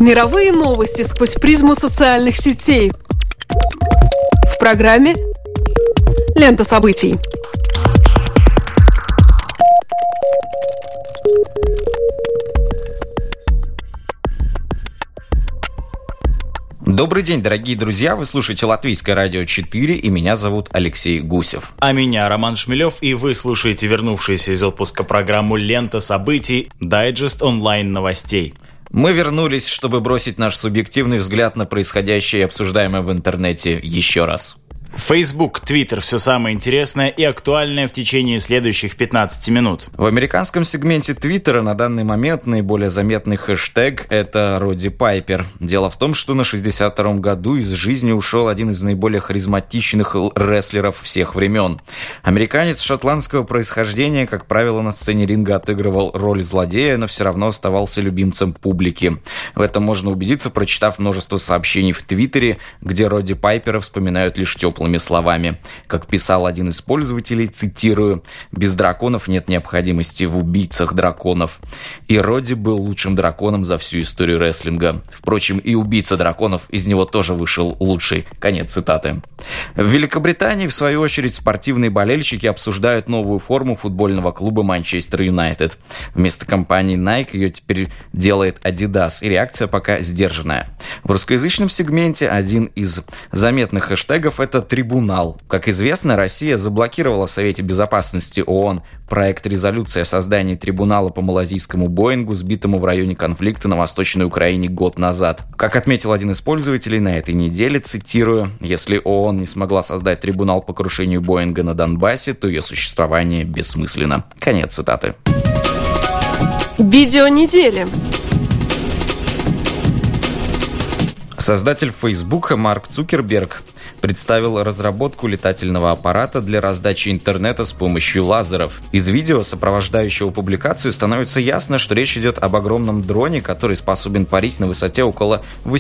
Мировые новости сквозь призму социальных сетей. В программе «Лента событий». Добрый день, дорогие друзья! Вы слушаете Латвийское радио 4, и меня зовут Алексей Гусев. А меня Роман Шмелев, и вы слушаете вернувшуюся из отпуска программу «Лента событий», дайджест онлайн-новостей. Мы вернулись, чтобы бросить наш субъективный взгляд на происходящее и обсуждаемое в интернете еще раз. Facebook, Twitter – все самое интересное и актуальное в течение следующих 15 минут. В американском сегменте Твиттера на данный момент наиболее заметный хэштег – это Роди Пайпер. Дело в том, что на 62-м году из жизни ушел один из наиболее харизматичных рестлеров всех времен. Американец шотландского происхождения, как правило, на сцене ринга отыгрывал роль злодея, но все равно оставался любимцем публики. В этом можно убедиться, прочитав множество сообщений в Твиттере, где Роди Пайпера вспоминают лишь теплыми словами. Как писал один из пользователей, цитирую: «Без драконов нет необходимости в убийцах драконов». И Роди был лучшим драконом за всю историю рестлинга. Впрочем, и убийца драконов из него тоже вышел лучший. Конец цитаты. В Великобритании, в свою очередь, спортивные болельщики обсуждают новую форму футбольного клуба Манчестер Юнайтед. Вместо компании Nike ее теперь делает Adidas, и реакция пока сдержанная. В русскоязычном сегменте один из заметных хэштегов – это «Трибунал». Как известно, Россия заблокировала в Совете Безопасности ООН проект резолюции о создании трибунала по малазийскому Боингу, сбитому в районе конфликта на Восточной Украине год назад. Как отметил один из пользователей на этой неделе, цитирую: «Если ООН не смогла создать трибунал по крушению Боинга на Донбассе, то ее существование бессмысленно». Конец цитаты. Видео недели. Создатель Фейсбука Марк Цукерберг представил разработку летательного аппарата для раздачи интернета с помощью лазеров. Из видео, сопровождающего публикацию, становится ясно, что речь идет об огромном дроне, который способен парить на высоте около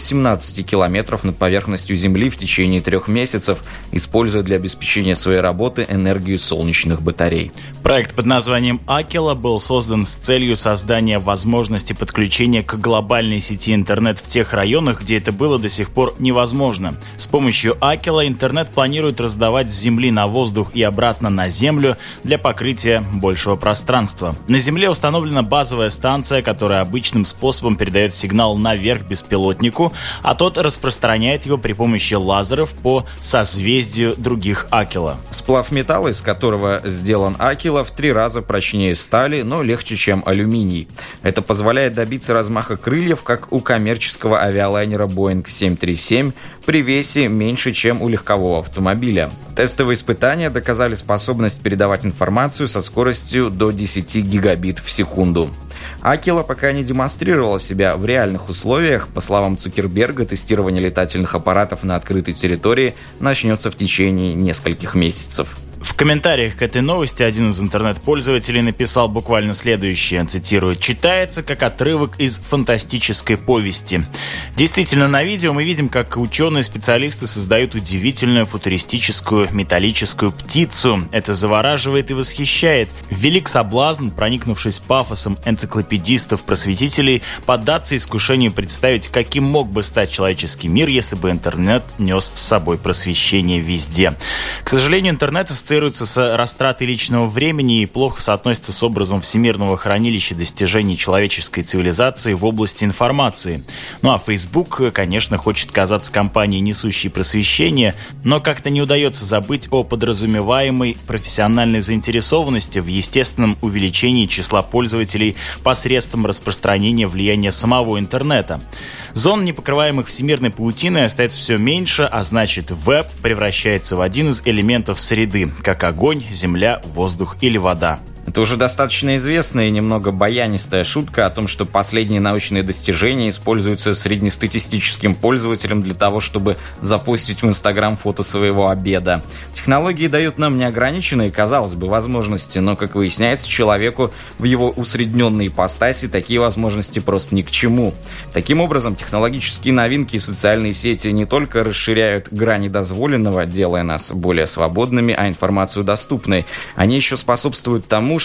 18 километров над поверхностью Земли в течение 3 месяцев, используя для обеспечения своей работы энергию солнечных батарей. Проект под названием «Акела» был создан с целью создания возможности подключения к глобальной сети интернет в тех районах, где это было до сих пор невозможно. С помощью «Акела» интернет планирует раздавать с Земли на воздух и обратно на Землю для покрытия большего пространства. На Земле установлена базовая станция, которая обычным способом передает сигнал наверх беспилотнику, а тот распространяет его при помощи лазеров по созвездию других «Акела». Сплав металла, из которого сделан «Акела», в 3 раза прочнее стали, но легче, чем алюминий. Это позволяет добиться размаха крыльев, как у коммерческого авиалайнера Boeing 737, при весе меньше, чем у легкового автомобиля. Тестовые испытания доказали способность передавать информацию со скоростью до 10 гигабит в секунду. Акела пока не демонстрировала себя в реальных условиях. По словам Цукерберга, тестирование летательных аппаратов на открытой территории начнется в течение нескольких месяцев. В комментариях к этой новости один из интернет-пользователей написал буквально следующее, цитирую: «Читается как отрывок из фантастической повести». Действительно, на видео мы видим, как ученые-специалисты создают удивительную футуристическую металлическую птицу. Это завораживает и восхищает. Велик соблазн, проникнувшись пафосом энциклопедистов-просветителей, поддаться искушению представить, каким мог бы стать человеческий мир, если бы интернет нес с собой просвещение везде. К сожалению, интернет ассоциируется с растратой личного времени и плохо соотносится с образом всемирного хранилища достижений человеческой цивилизации в области информации. Ну а Facebook, конечно, хочет казаться компанией, несущей просвещение, но как-то не удается забыть о подразумеваемой профессиональной заинтересованности в естественном увеличении числа пользователей посредством распространения влияния самого интернета. Зон, непокрываемых всемирной паутиной, остается все меньше, а значит, веб превращается в один из элементов среды, как огонь, земля, воздух или вода. Это уже достаточно известная и немного баянистая шутка о том, что последние научные достижения используются среднестатистическим пользователем для того, чтобы запустить в Инстаграм фото своего обеда. Технологии дают нам неограниченные, казалось бы, возможности, но, как выясняется, человеку в его усредненной ипостаси такие возможности просто ни к чему. Таким образом, технологические новинки и социальные сети не только расширяют грани дозволенного, делая нас более свободными, а информацию доступной, они еще способствуют тому,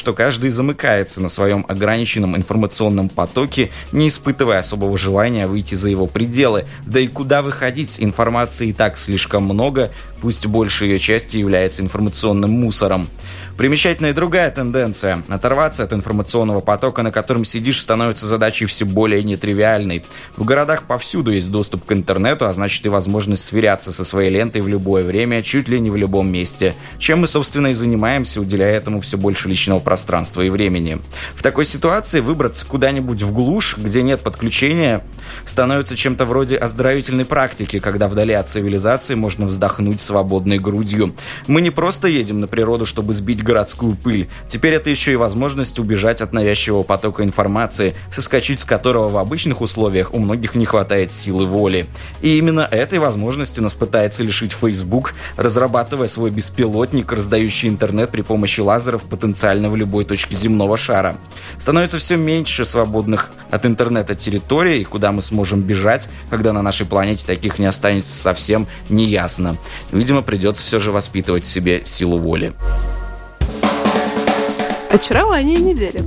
что каждый замыкается на своем ограниченном информационном потоке, не испытывая особого желания выйти за его пределы. Да и куда выходить? Информации и так слишком много, пусть большая ее часть является информационным мусором. Примечательная другая тенденция. Оторваться от информационного потока, на котором сидишь, становится задачей все более нетривиальной. В городах повсюду есть доступ к интернету, а значит и возможность сверяться со своей лентой в любое время, чуть ли не в любом месте. Чем мы, собственно, и занимаемся, уделяя этому все больше личного пространства и времени. В такой ситуации выбраться куда-нибудь в глушь, где нет подключения, становится чем-то вроде оздоровительной практики, когда вдали от цивилизации можно вздохнуть свободной грудью. Мы не просто едем на природу, чтобы сбить городскую пыль. Теперь это еще и возможность убежать от навязчивого потока информации, соскочить с которого в обычных условиях у многих не хватает силы воли. И именно этой возможности нас пытается лишить Facebook, разрабатывая свой беспилотник, раздающий интернет при помощи лазеров потенциально в любой точке земного шара. Становится все меньше свободных от интернета территорий, куда мы сможем бежать, когда на нашей планете таких не останется совсем, неясно. Видимо, придется все же воспитывать в себе силу воли. Очарование недели.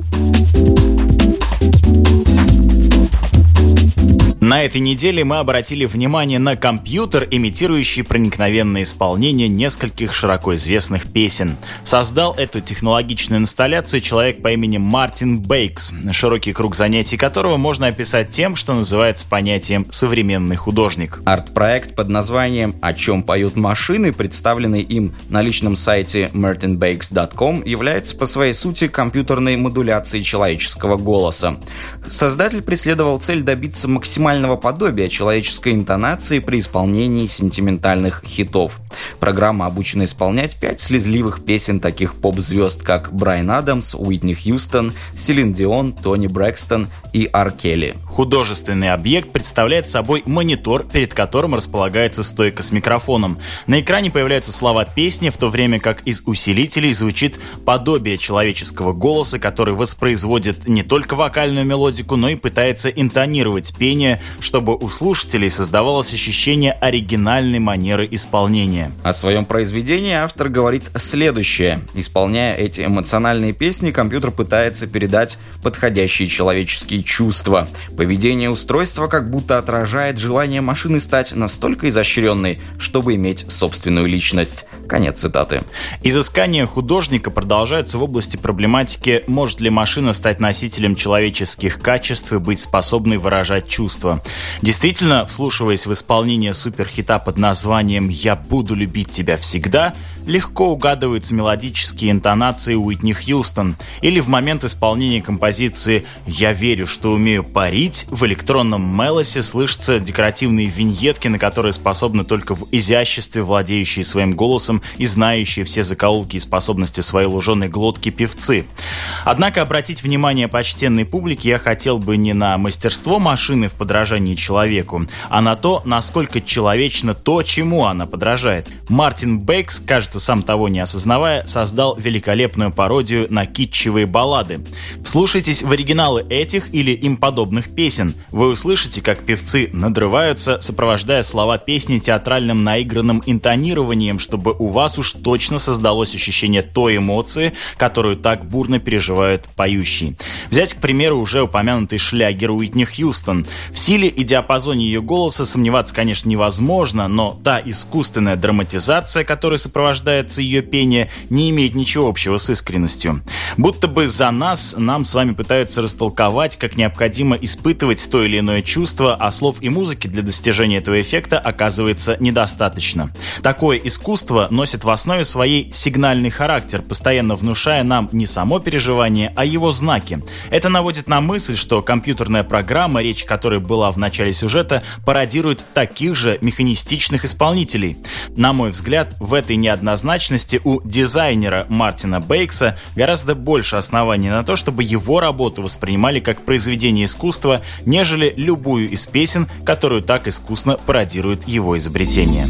На этой неделе мы обратили внимание на компьютер, имитирующий проникновенное исполнение нескольких широко известных песен. Создал эту технологичную инсталляцию человек по имени Мартин Бейкс, широкий круг занятий которого можно описать тем, что называется понятием «современный художник». Арт-проект под названием «О чем поют машины», представленный им на личном сайте martinbakes.com, является по своей сути компьютерной модуляцией человеческого голоса. Создатель преследовал цель добиться максимального подобия человеческой интонации при исполнении сентиментальных хитов. Программа обучена исполнять 5 слезливых песен таких поп-звезд, как Брайан Адамс, Уитни Хьюстон, Селин Дион, Тони Брэкстон и Ар Келли. Художественный объект представляет собой монитор, перед которым располагается стойка с микрофоном. На экране появляются слова песни, в то время как из усилителей звучит подобие человеческого голоса, который воспроизводит не только вокальную мелодику, но и пытается интонировать пение, чтобы у слушателей создавалось ощущение оригинальной манеры исполнения. О своем произведении автор говорит следующее. Исполняя эти эмоциональные песни, компьютер пытается передать подходящие человеческие чувства. Поведение устройства как будто отражает желание машины стать настолько изощренной, чтобы иметь собственную личность. Конец цитаты. Изыскания художника продолжаются в области проблематики, может ли машина стать носителем человеческих качеств и быть способной выражать чувства. Действительно, вслушиваясь в исполнение суперхита под названием «Я буду любить тебя всегда», легко угадываются мелодические интонации Уитни Хьюстон, или в момент исполнения композиции «Я верю, что умею парить» в электронном мелосе слышатся декоративные виньетки, на которые способны только в изяществе владеющие своим голосом и знающие все закоулки и способности своей луженой глотки певцы. Однако обратить внимание почтенной публики я хотел бы не на мастерство машины в подражании человеку, а на то, насколько человечно то, чему она подражает. Мартин Бейкс, кажется, сам того не осознавая, создал великолепную пародию на китчевые баллады. Вслушайтесь в оригиналы этих или им подобных песен. Вы услышите, как певцы надрываются, сопровождая слова песни театральным наигранным интонированием, чтобы у вас уж точно создалось ощущение той эмоции, которую так бурно переживают поющие. Взять, к примеру, уже упомянутый шлягер Уитни Хьюстон. В силе и диапазоне ее голоса сомневаться, конечно, невозможно, но та искусственная драматизация, которой сопровождается ее пение, не имеет ничего общего с искренностью. Будто бы за нас, нам с вами пытаются растолковать, как необходимо испытывать то или иное чувство, а слов и музыки для достижения этого эффекта оказывается недостаточно. Такое искусство носит в основе своей сигнальный характер, постоянно внушая нам не само переживание, а его знаки. Это наводит на мысль, что компьютерная программа, речь которой была в начале сюжета, пародирует таких же механистичных исполнителей. На мой взгляд, в этой неоднозначности у дизайнера Мартина Бейкса гораздо больше оснований на то, чтобы его работу воспринимали как произведение искусства, нежели любую из песен, которую так искусно пародирует его изобретение.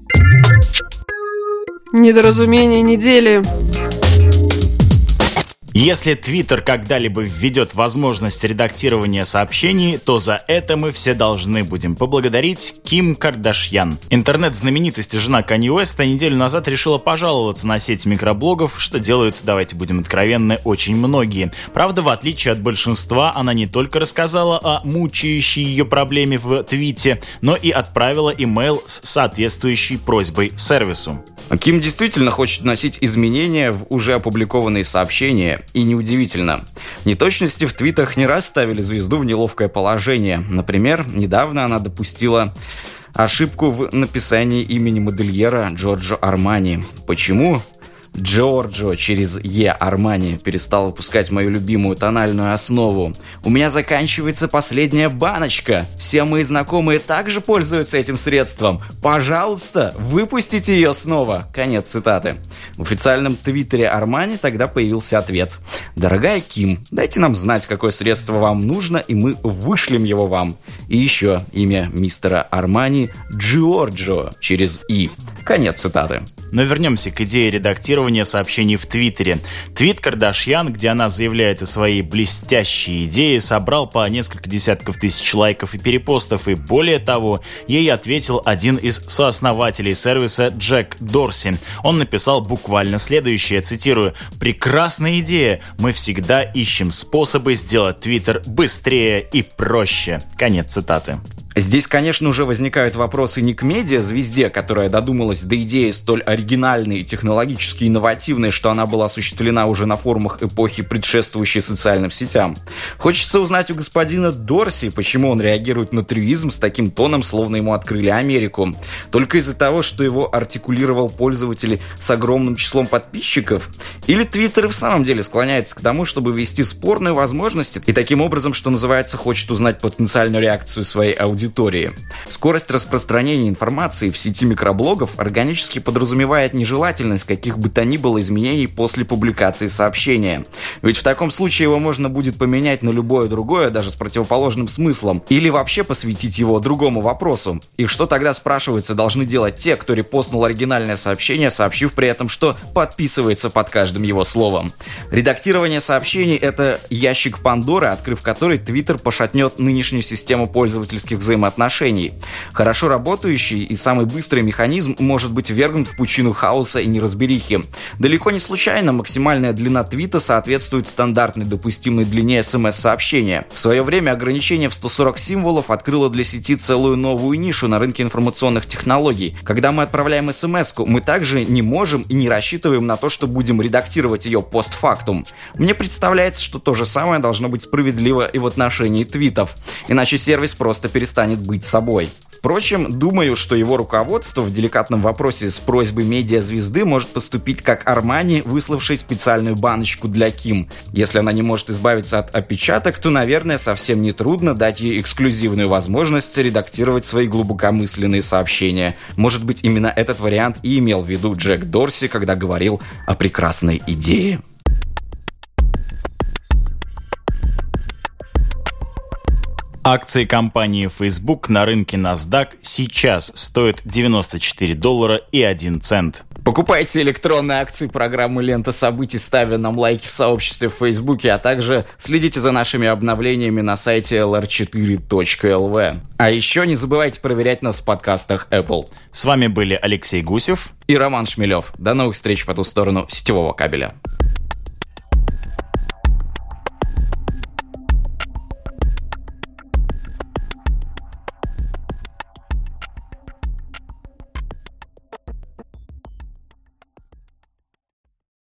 Недоразумение недели. Если Twitter когда-либо введет возможность редактирования сообщений, то за это мы все должны будем поблагодарить Ким Кардашьян. Интернет-знаменитость и жена Канье Уэста неделю назад решила пожаловаться на сеть микроблогов, что делают, давайте будем откровенны, очень многие. Правда, в отличие от большинства, она не только рассказала о мучающей ее проблеме в твите, но и отправила имейл с соответствующей просьбой сервису. Ким действительно хочет вносить изменения в уже опубликованные сообщения, и неудивительно. Неточности в твитах не раз ставили звезду в неловкое положение. Например, недавно она допустила ошибку в написании имени модельера Джорджо Армани. Почему Джорджо через Е Армани перестал выпускать мою любимую тональную основу? У меня заканчивается последняя баночка. Все мои знакомые также пользуются этим средством. Пожалуйста, выпустите ее снова. Конец цитаты. В официальном твиттере Армани тогда появился ответ. Дорогая Ким, дайте нам знать, какое средство вам нужно, и мы вышлем его вам. И еще имя мистера Армани Джорджо через И. Конец цитаты. Но вернемся к идее редактирования сообщений в Твиттере. Твит Кардашьян, где она заявляет о своей блестящей идее, собрал по несколько десятков тысяч лайков и перепостов, и более того, ей ответил один из сооснователей сервиса Джек Дорси. Он написал буквально следующее, цитирую: «Прекрасная идея. Мы всегда ищем способы сделать Твиттер быстрее и проще». Конец цитаты. Здесь, конечно, уже возникают вопросы не к медиа-звезде, которая додумалась до идеи столь оригинальной и технологически инновативной, что она была осуществлена уже на форумах эпохи, предшествующей социальным сетям. Хочется узнать у господина Дорси, почему он реагирует на трюизм с таким тоном, словно ему открыли Америку. Только из-за того, что его артикулировал пользователь с огромным числом подписчиков? Или Твиттер в самом деле склоняется к тому, чтобы ввести спорные возможности и таким образом, что называется, хочет узнать потенциальную реакцию своей аудитории? Скорость распространения информации в сети микроблогов органически подразумевает нежелательность каких бы то ни было изменений после публикации сообщения. Ведь в таком случае его можно будет поменять на любое другое, даже с противоположным смыслом, или вообще посвятить его другому вопросу. И что тогда, спрашивается, должны делать те, кто репостнул оригинальное сообщение, сообщив при этом, что подписывается под каждым его словом? Редактирование сообщений — это ящик Пандоры, открыв который Твиттер пошатнет нынешнюю систему пользовательских взаимоотношений. Хорошо работающий и самый быстрый механизм может быть ввергнут в пучину хаоса и неразберихи. Далеко не случайно максимальная длина твита соответствует стандартной допустимой длине СМС-сообщения. В свое время ограничение в 140 символов открыло для сети целую новую нишу на рынке информационных технологий. Когда мы отправляем СМС-ку, мы также не можем и не рассчитываем на то, что будем редактировать ее постфактум. Мне представляется, что то же самое должно быть справедливо и в отношении твитов. Иначе сервис просто перестанет быть собой. Впрочем, думаю, что его руководство в деликатном вопросе с просьбой медиазвезды может поступить как Армани, выславший специальную баночку для Ким. Если она не может избавиться от опечаток, то, наверное, совсем не трудно дать ей эксклюзивную возможность редактировать свои глубокомысленные сообщения. Может быть, именно этот вариант и имел в виду Джек Дорси, когда говорил о прекрасной идее. Акции компании Facebook на рынке NASDAQ сейчас стоят $94.01. Покупайте электронные акции программы «Лента событий», ставя нам лайки в сообществе в Фейсбуке, а также следите за нашими обновлениями на сайте lr4.lv. А еще не забывайте проверять нас в подкастах Apple. С вами были Алексей Гусев и Роман Шмелев. До новых встреч по ту сторону сетевого кабеля.